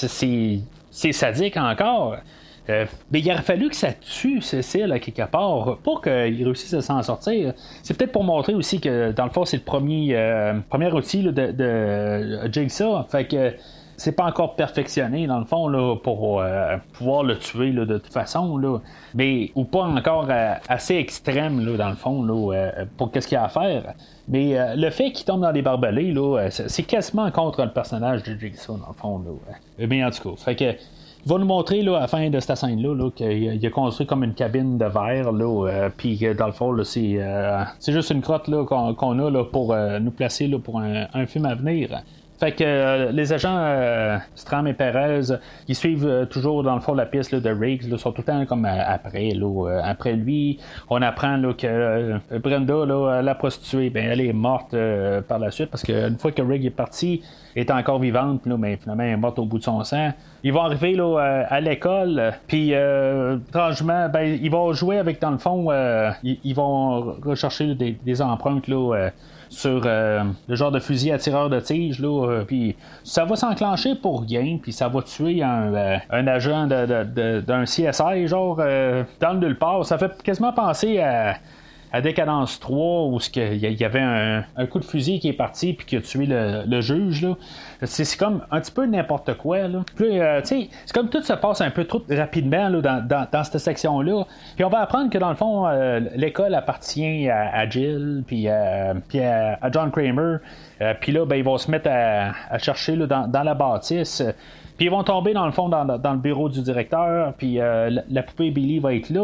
C'est sadique encore. Mais il aurait fallu que ça tue Cécile à quelque part pour qu'il réussisse à s'en sortir. C'est peut-être pour montrer aussi que dans le fond c'est le premier outil là, de Jigsaw. Fait que c'est pas encore perfectionné dans le fond là, pour pouvoir le tuer là, de toute façon là. Mais ou pas encore assez extrême là, dans le fond là, pour qu'est-ce qu'il y a à faire. Mais le fait qu'il tombe dans les barbelés là, c'est quasiment contre le personnage de Jigsaw dans le fond là. Mais en tout cas, fait que il va nous montrer là, à la fin de cette scène-là qu'il a construit comme une cabine de verre, puis dans le fond, là, c'est juste une crotte là, qu'on a là, pour nous placer là, pour un film à venir. Fait que les agents Strahm et Perez, ils suivent toujours dans le fond la piste là, de Riggs, là, sont tout le temps comme après lui. On apprend là, que Brenda, là, la prostituée, ben elle est morte par la suite parce qu'une fois que Riggs est parti, elle est encore vivante, là, mais finalement elle est morte au bout de son sang. Ils vont arriver là, à l'école, puis étrangement, ils vont jouer avec dans le fond, ils vont rechercher des empreintes là. Sur le genre de fusil à tireur de tige là, puis ça va s'enclencher pour rien, puis ça va tuer un agent d'un CSI genre dans le nulle part. Ça fait quasiment penser à Décadence 3 où il y avait un coup de fusil qui est parti puis qui a tué le juge là. C'est comme un petit peu n'importe quoi là. Puis c'est comme tout se passe un peu trop rapidement là, dans cette section là. Puis on va apprendre que dans le fond l'école appartient à Jill puis à John Kramer. Puis là ils vont se mettre à chercher là, dans la bâtisse. Puis ils vont tomber dans le fond dans le bureau du directeur. Puis la poupée Billy va être là.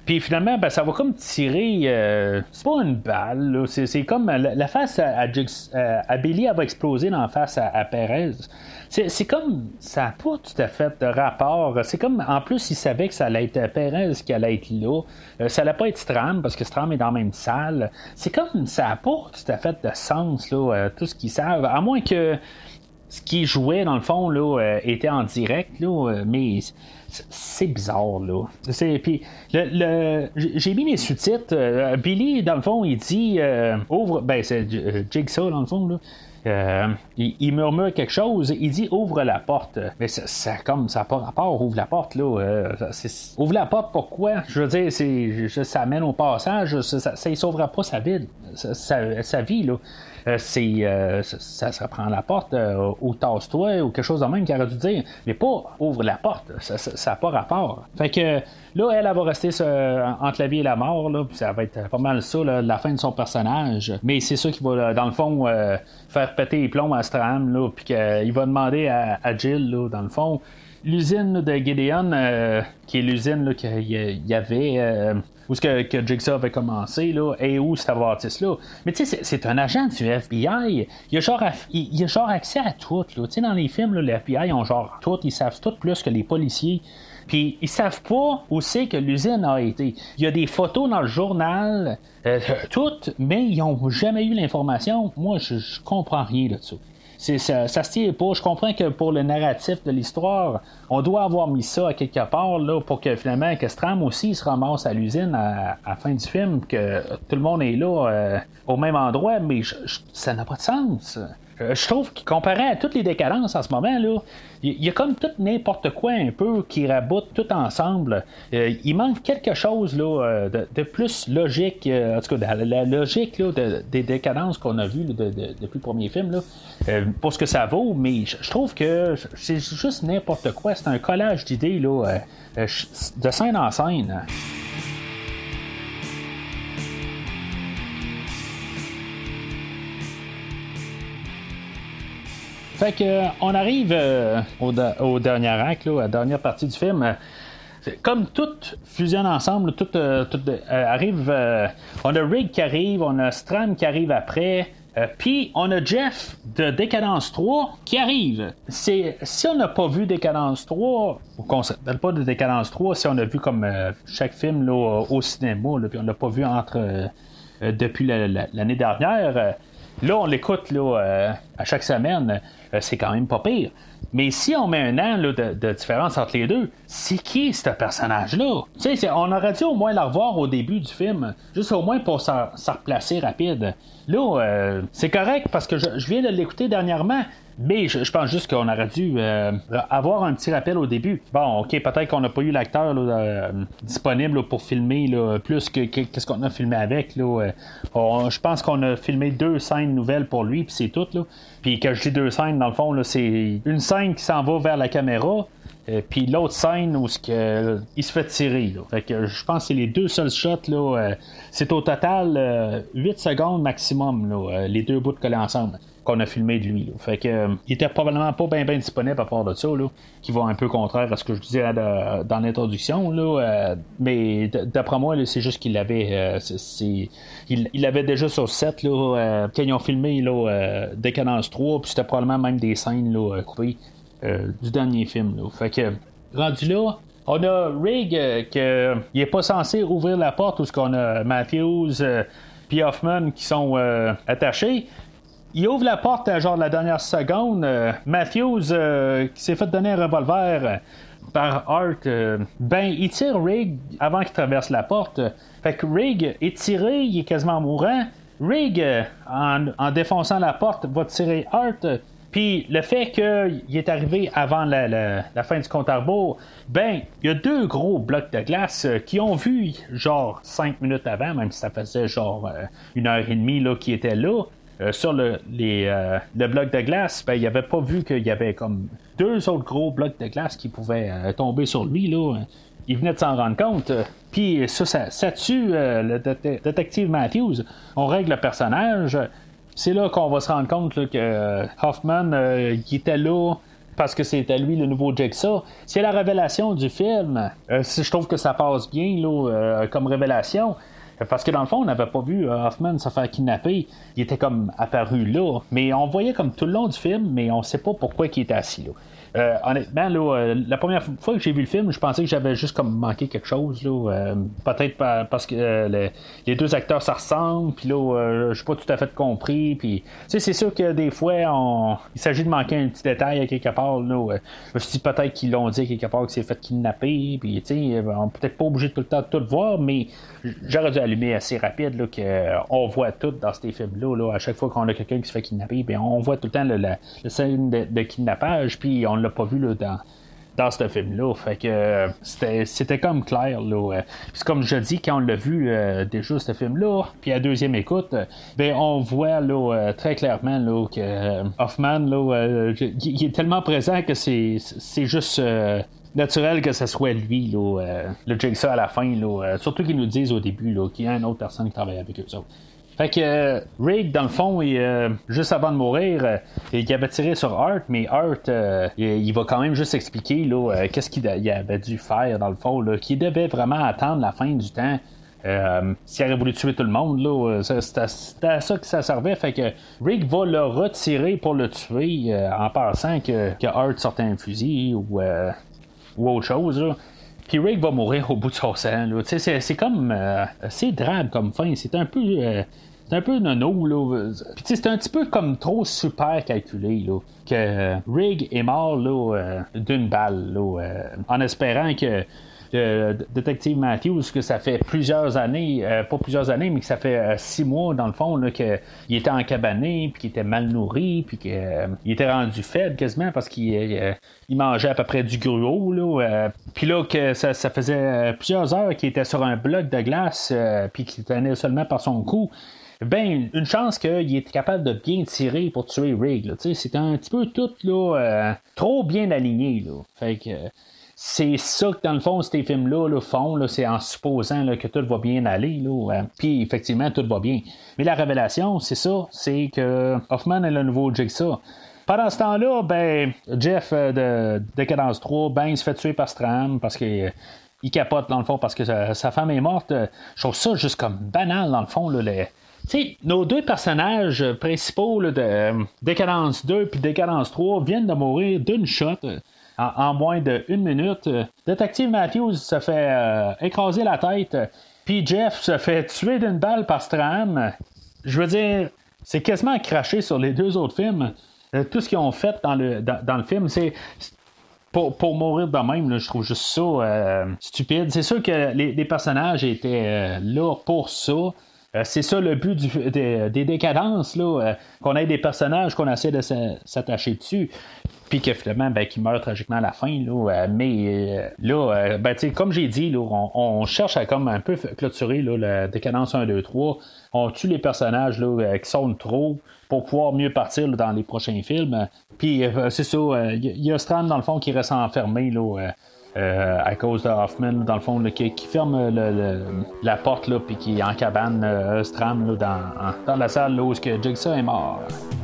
Puis finalement, ben, ça va comme tirer. C'est pas une balle, là. C'est comme la face à Billy, elle va exploser dans la face à Perez. C'est comme. Ça n'a pas tout à fait de rapport. C'est comme. En plus, il savait que ça allait être Perez qui allait être là. Ça allait pas être Stram, parce que Stram est dans la même salle. C'est comme. Ça n'a pas tout à fait de sens, là, tout ce qu'ils savent. À moins que ce qui jouait, dans le fond, là, était en direct, là, mais c'est bizarre, là. Puis, j'ai mis mes sous-titres. Billy, dans le fond, il dit ouvre. Ben, c'est Jigsaw, dans le fond, là. Il murmure quelque chose, il dit ouvre la porte. Mais ça comme ça n'a pas rapport, ouvre la porte là. Ouvre la porte, pourquoi? Je veux dire, ça amène au passage, ça ne sauvera pas sa vie, sa vie là. Ça se prend la porte ou tasse-toi ou quelque chose de même qu'il aurait dû dire, mais pas ouvre la porte, ça n'a pas rapport. Fait que là, elle va rester entre la vie et la mort, là, puis ça va être pas mal ça, là, la fin de son personnage. Mais c'est ça qui va, dans le fond, faire péter les plombs à Stram, là, puis qu'il va demander à Jill, là, dans le fond, l'usine de Gideon, qui est l'usine là, qu'il y avait. Où est-ce que Jigsaw avait commencé, là, et où cette bâtisse-là. Mais tu sais, c'est un agent du FBI. Il a genre accès à tout. Tu sais, dans les films, là, le FBI ont genre tout, ils savent tout plus que les policiers. Puis ils savent pas où c'est que l'usine a été. Il y a des photos dans le journal, toutes, mais ils n'ont jamais eu l'information. Moi, je comprends rien de ça. Ça se tient pas. Je comprends que pour le narratif de l'histoire, on doit avoir mis ça à quelque part là, pour que finalement que Stram aussi se ramasse à l'usine à la fin du film, que tout le monde est là au même endroit, mais ça n'a pas de sens. Je trouve que comparé à toutes les décadences en ce moment, là, il y a comme tout n'importe quoi un peu qui raboute tout ensemble. Il manque quelque chose là, de plus logique, en tout cas la logique là, des décadences qu'on a vues depuis le premier film, là, pour ce que ça vaut, mais je trouve que c'est juste n'importe quoi. C'est un collage d'idées là, de scène en scène. Fait que on arrive au dernier acte, là, à la dernière partie du film. Comme tout fusionne ensemble, tout arrive. On a Rig qui arrive, on a Stram qui arrive après. Puis on a Jeff de Décadence 3 qui arrive. Si on n'a pas vu Décadence 3, ou qu'on ne s'appelle pas de Décadence 3, si on a vu comme chaque film là, au cinéma, là, puis on l'a pas vu depuis l'année dernière. Là, on l'écoute là, à chaque semaine. C'est quand même pas pire. Mais si on met un an là, de différence entre les deux, c'est qui ce personnage-là? Tu sais, on aurait dû au moins la revoir au début du film, juste au moins pour s'en replacer rapide. Là, c'est correct parce que je viens de l'écouter dernièrement, mais je pense juste qu'on aurait dû avoir un petit rappel au début. Bon, ok, peut-être qu'on n'a pas eu l'acteur disponible là, pour filmer là, plus que qu'est-ce qu'on a filmé avec. Je pense qu'on a filmé 2 scènes nouvelles pour lui, puis c'est tout. Là. Puis quand je dis 2 scènes, dans le fond, là, c'est une scène qui s'en va vers la caméra. Puis l'autre scène où il se fait tirer. Là. Fait que je pense que c'est les 2 seuls shots. Là, c'est au total 8 secondes maximum, là, les 2 bouts collés ensemble qu'on a filmé de lui. Là. Fait que il était probablement pas bien disponible à part de ça, là, qui va un peu contraire à ce que je disais dans l'introduction. Là, mais d'après moi, là, c'est juste qu'il l'avait il l'avait déjà sur le set là, quand ils ont filmé là, Décadence 3, puis c'était probablement même des scènes là, coupées du dernier film. Là. Fait que rendu là, on a Rig il est pas censé ouvrir la porte où ce qu'on a Matthews puis Hoffman qui sont attachés. Il ouvre la porte à genre la dernière seconde. Matthews qui s'est fait donner un revolver par Hart, il tire Rig avant qu'il traverse la porte. Fait que Rig est tiré, il est quasiment mourant. Rig, en défonçant la porte, va tirer Hart. Puis le fait qu'il est arrivé avant la fin du compte à rebours, il y a 2 gros blocs de glace qui ont vu genre 5 minutes avant, même si ça faisait genre 1h30 là, qui était là. Sur le bloc de glace, il n'avait pas vu qu'il y avait comme 2 autres gros blocs de glace qui pouvaient tomber sur lui. Là. Il venait de s'en rendre compte. Puis ça tue le détective Matthews. On règle le personnage. C'est là qu'on va se rendre compte là, que Hoffman il était là parce que c'était lui le nouveau Jigsaw. C'est la révélation du film. Je trouve que ça passe bien là, comme révélation. Parce que dans le fond, on n'avait pas vu Hoffman se faire kidnapper. Il était comme apparu là. Mais on voyait comme tout le long du film, mais on sait pas pourquoi il était assis là. Honnêtement, là, la première fois que j'ai vu le film, je pensais que j'avais juste comme manqué quelque chose. Là, peut-être parce que les deux acteurs ça ressemble, puis là, je suis pas tout à fait compris. Puis, c'est sûr que des fois, il s'agit de manquer un petit détail à quelque part. Là, je me suis dit peut-être qu'ils l'ont dit à quelque part qu'il s'est fait kidnapper. Puis, on n'est peut-être pas obligé de tout le temps de tout voir, mais j'aurais dû allumer assez rapide là, qu'on voit tout dans ces films-là. Là, à chaque fois qu'on a quelqu'un qui se fait kidnapper, bien, on voit tout le temps la scène de kidnappage, puis on l'a pas vu là, dans ce film-là. Fait que c'était comme clair. Là. Puis comme je dis, quand on l'a vu déjà ce film-là, puis à deuxième écoute, ben on voit là, très clairement là, que Hoffman là, il est tellement présent que c'est juste naturel que ce soit lui, là, le Jigsaw à la fin, là, surtout qu'ils nous disent au début là, qu'il y a une autre personne qui travaille avec eux autres. Fait que Rigg, dans le fond, juste avant de mourir, il avait tiré sur Art, mais Art, il va quand même juste expliquer là, qu'est-ce qu'il avait dû faire, dans le fond, là, qu'il devait vraiment attendre la fin du temps. S'il aurait voulu tuer tout le monde, là, c'était à ça que ça servait. Fait que Rigg va le retirer pour le tuer en pensant que Art sortait un fusil ou autre chose. Là. Puis Rigg va mourir au bout de son sang. Là. C'est comme. C'est drabe comme fin. C'est un peu. C'est un peu nono, là. Puis c'est un petit peu comme trop super calculé, là. Que Rigg est mort, là, d'une balle, là, en espérant que le détective Matthews, que ça fait plusieurs années, pas plusieurs années, mais que ça fait 6 mois, dans le fond, là, qu'il était encabané, puis qu'il était mal nourri, puis qu'il était rendu faible quasiment parce qu'il mangeait à peu près du gruau, là. Puis là, que ça faisait plusieurs heures qu'il était sur un bloc de glace, puis qu'il tenait seulement par son cou. Ben, une chance qu'il est capable de bien tirer pour tuer Rigg. C'était un petit peu tout là, trop bien aligné. Là. Fait que c'est ça que dans le fond, ces films-là là, font, là, c'est en supposant là, que tout va bien aller. Puis effectivement, tout va bien. Mais la révélation, c'est ça, c'est que Hoffman est le nouveau Jigsaw. Pendant ce temps-là, ben, Jeff de Décadence 3, ben, il se fait tuer par Stram parce que il capote dans le fond parce que sa femme est morte. Je trouve ça juste comme banal dans le fond. Là, t'sais, nos deux personnages principaux là, de Décadence 2 puis Décadence 3 viennent de mourir d'une shot en moins de 1 minute. Détective Matthews se fait écraser la tête, puis Jeff se fait tuer d'une balle par Stram. Je veux dire, c'est quasiment craché sur les deux autres films. Tout ce qu'ils ont fait dans le film, c'est... Pour mourir de même, là, je trouve juste ça stupide. C'est sûr que les personnages étaient là pour ça. C'est ça le but des décadences, là, qu'on ait des personnages qu'on essaie de s'attacher dessus, puis que finalement, ben, qu'ils meurent tragiquement à la fin. Là, mais là, ben, comme j'ai dit, là, on cherche à comme un peu clôturer là, la décadence 1, 2, 3. On tue les personnages là, qui sont trop pour pouvoir mieux partir là, dans les prochains films. Puis c'est ça, il y a Stram dans le fond qui reste enfermé là. À cause de Hoffman, dans le fond, là, qui ferme la porte, puis qui encabane Stram là, dans la salle là, où Jigsaw est mort.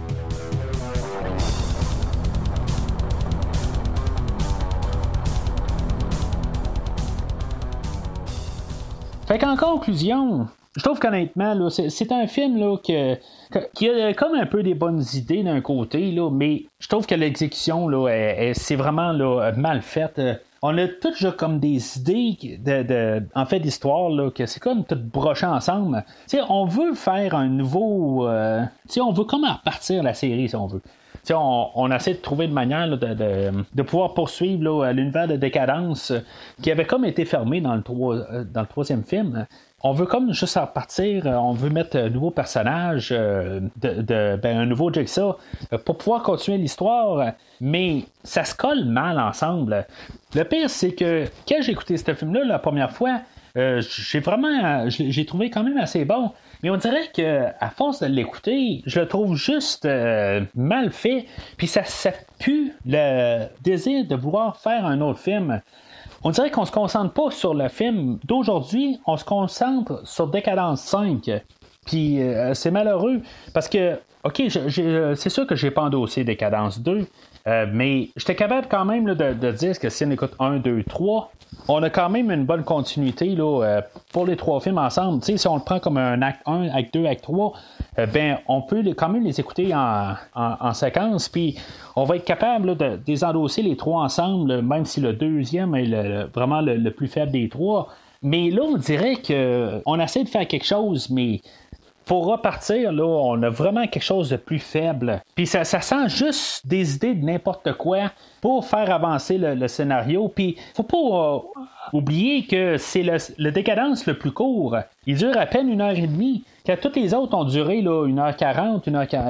Fait qu'en conclusion, je trouve qu'honnêtement, là, c'est un film là, qui a comme un peu des bonnes idées d'un côté, là, mais je trouve que l'exécution là, c'est vraiment là, mal faite. On a tous déjà comme des idées en fait d'histoire là, que c'est comme tout broché ensemble. T'sais, on veut faire un nouveau... on veut comme repartir la série si on veut. On essaie de trouver une manière là, de pouvoir poursuivre là, l'univers de décadence qui avait comme été fermé dans le troisième film. On veut comme juste en repartir, on veut mettre un nouveau personnage, un nouveau Jigsaw pour pouvoir continuer l'histoire, mais ça se colle mal ensemble. Le pire, c'est que quand j'ai écouté ce film-là la première fois, j'ai trouvé quand même assez bon. Mais on dirait que à force de l'écouter, je le trouve juste mal fait. Puis ça pue le désir de vouloir faire un autre film. On dirait qu'on se concentre pas sur le film d'aujourd'hui, on se concentre sur Décadence 5. Puis c'est malheureux parce que, OK, c'est sûr que j'ai pas endossé Décadence 2, mais j'étais capable quand même là, de dire que si on écoute 1, 2, 3, on a quand même une bonne continuité là, pour les 3 films ensemble. T'sais, si on le prend comme un acte 1, acte 2, acte 3, ben, on peut quand même les écouter en séquence, puis on va être capable là, de les endosser les 3 ensemble, même si le deuxième est vraiment le plus faible des 3. Mais là, on dirait qu'on essaie de faire quelque chose, mais pour repartir, là, on a vraiment quelque chose de plus faible. Puis ça sent juste des idées de n'importe quoi pour faire avancer le scénario. Puis faut pas oublier que c'est le Décadence le plus court. Il dure à peine 1h30. Quand tous les autres ont duré là, 1h40,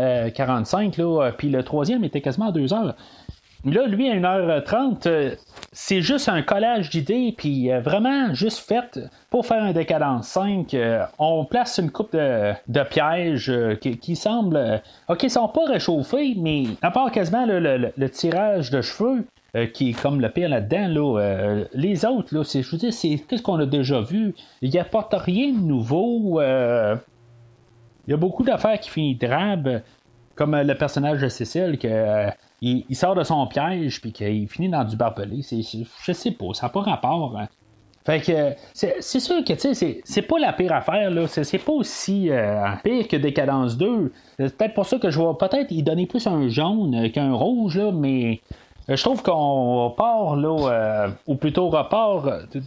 1h45, là, puis le troisième était quasiment 2h. Là, lui, à 1h30, c'est juste un collage d'idées, puis vraiment juste fait pour faire un Décadence 5. On place une coupe de pièges qui semblent... OK, ils sont pas réchauffés, mais à part quasiment le tirage de cheveux, qui est comme le pire là-dedans, là, les autres, là, je veux dire, c'est tout ce qu'on a déjà vu. Il n'apporte rien de nouveau. Il y a beaucoup d'affaires qui finissent drabes, comme le personnage de Cécile, il sort de son piège puis qu'il finit dans du barbelé. Je sais pas, ça n'a pas rapport. Hein. Fait que c'est sûr que c'est pas la pire affaire, là. C'est pas aussi pire que Décadence 2. C'est peut-être pour ça que je vais peut-être y donner plus un jaune qu'un rouge, là, mais je trouve qu'on part là, ou plutôt repart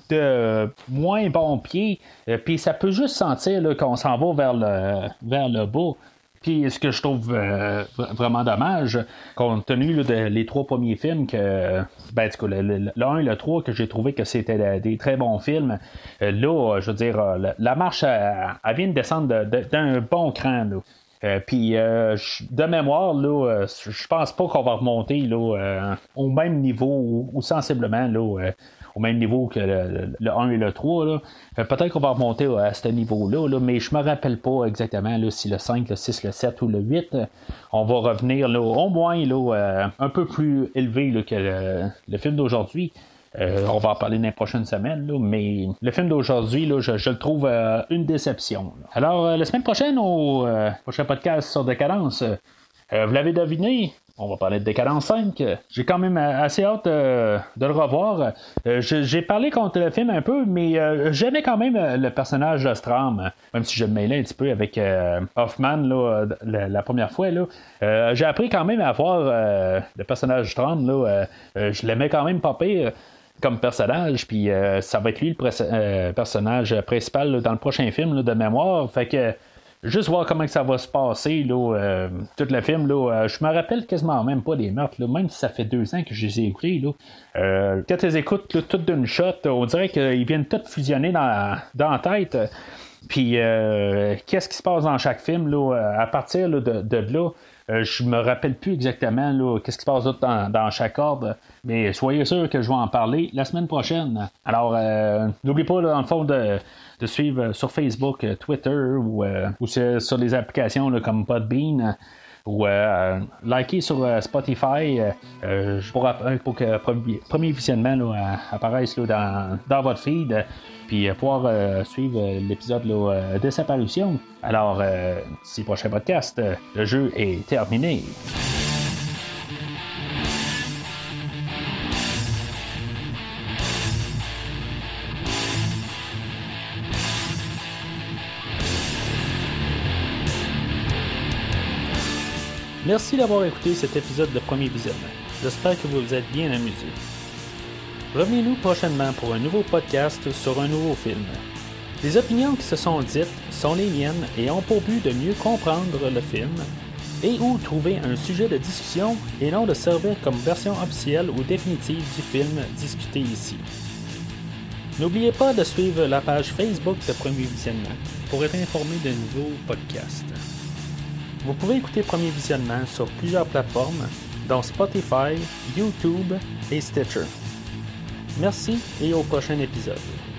de moins bon pied, puis ça peut juste sentir là, qu'on s'en va vers le bas. Puis ce que je trouve vraiment dommage, compte tenu là, les 3 premiers films, que ben, du coup, le 1 et le 3, que j'ai trouvé que c'était des très bons films, là, je veux dire, la marche, elle vient de descendre d'un bon cran. Puis de mémoire, là, je pense pas qu'on va remonter là, au même niveau ou sensiblement là, au même niveau que le 1 et le 3. Là. Peut-être qu'on va remonter à ce niveau-là, là, mais je me rappelle pas exactement là, si le 5, le 6, le 7 ou le 8, on va revenir là, au moins là, un peu plus élevé là, que le film d'aujourd'hui. On va en parler dans les prochaines semaines, là, mais le film d'aujourd'hui, là, je le trouve une déception. Là. Alors, la semaine prochaine, au prochain podcast sur Décadence, vous l'avez deviné, on va parler de Décadence 5. J'ai quand même assez hâte de le revoir. J'ai parlé contre le film un peu, mais j'aimais quand même le personnage de Strom, même si je me mêlais un petit peu avec Hoffman là, la première fois. Là. J'ai appris quand même à voir le personnage de Strom. Là, je l'aimais quand même pas pire comme personnage, puis ça va être lui le personnage principal là, dans le prochain film là, de mémoire. Fait que juste voir comment ça va se passer, là, tout le film, là, je me rappelle quasiment même pas des meurtres, là, même si ça fait 2 ans que je les ai écoutés. Là, quand tu les écoutes là, toutes d'une shot, on dirait qu'ils viennent tous fusionner dans la tête. Puis, qu'est-ce qui se passe dans chaque film, là, à partir là, de là, je me rappelle plus exactement là, qu'est-ce qui se passe dans chaque ordre, mais soyez sûr que je vais en parler la semaine prochaine. Alors, n'oubliez pas, là, dans le fond, de suivre sur Facebook, Twitter ou sur les applications là, comme Podbean ou liker sur Spotify pour que premier visionnement là, apparaisse là, dans votre feed, puis pouvoir suivre l'épisode là, de sa parution. Alors, d'ici le prochain podcast, le jeu est terminé. Merci d'avoir écouté cet épisode de Premier Visionnement. J'espère que vous vous êtes bien amusé. Revenez-nous prochainement pour un nouveau podcast sur un nouveau film. Les opinions qui se sont dites sont les miennes et ont pour but de mieux comprendre le film et ou trouver un sujet de discussion et non de servir comme version officielle ou définitive du film discuté ici. N'oubliez pas de suivre la page Facebook de Premier Visionnement pour être informé de nouveaux podcasts. Vous pouvez écouter Premier Visionnement sur plusieurs plateformes, dont Spotify, YouTube et Stitcher. Merci et au prochain épisode.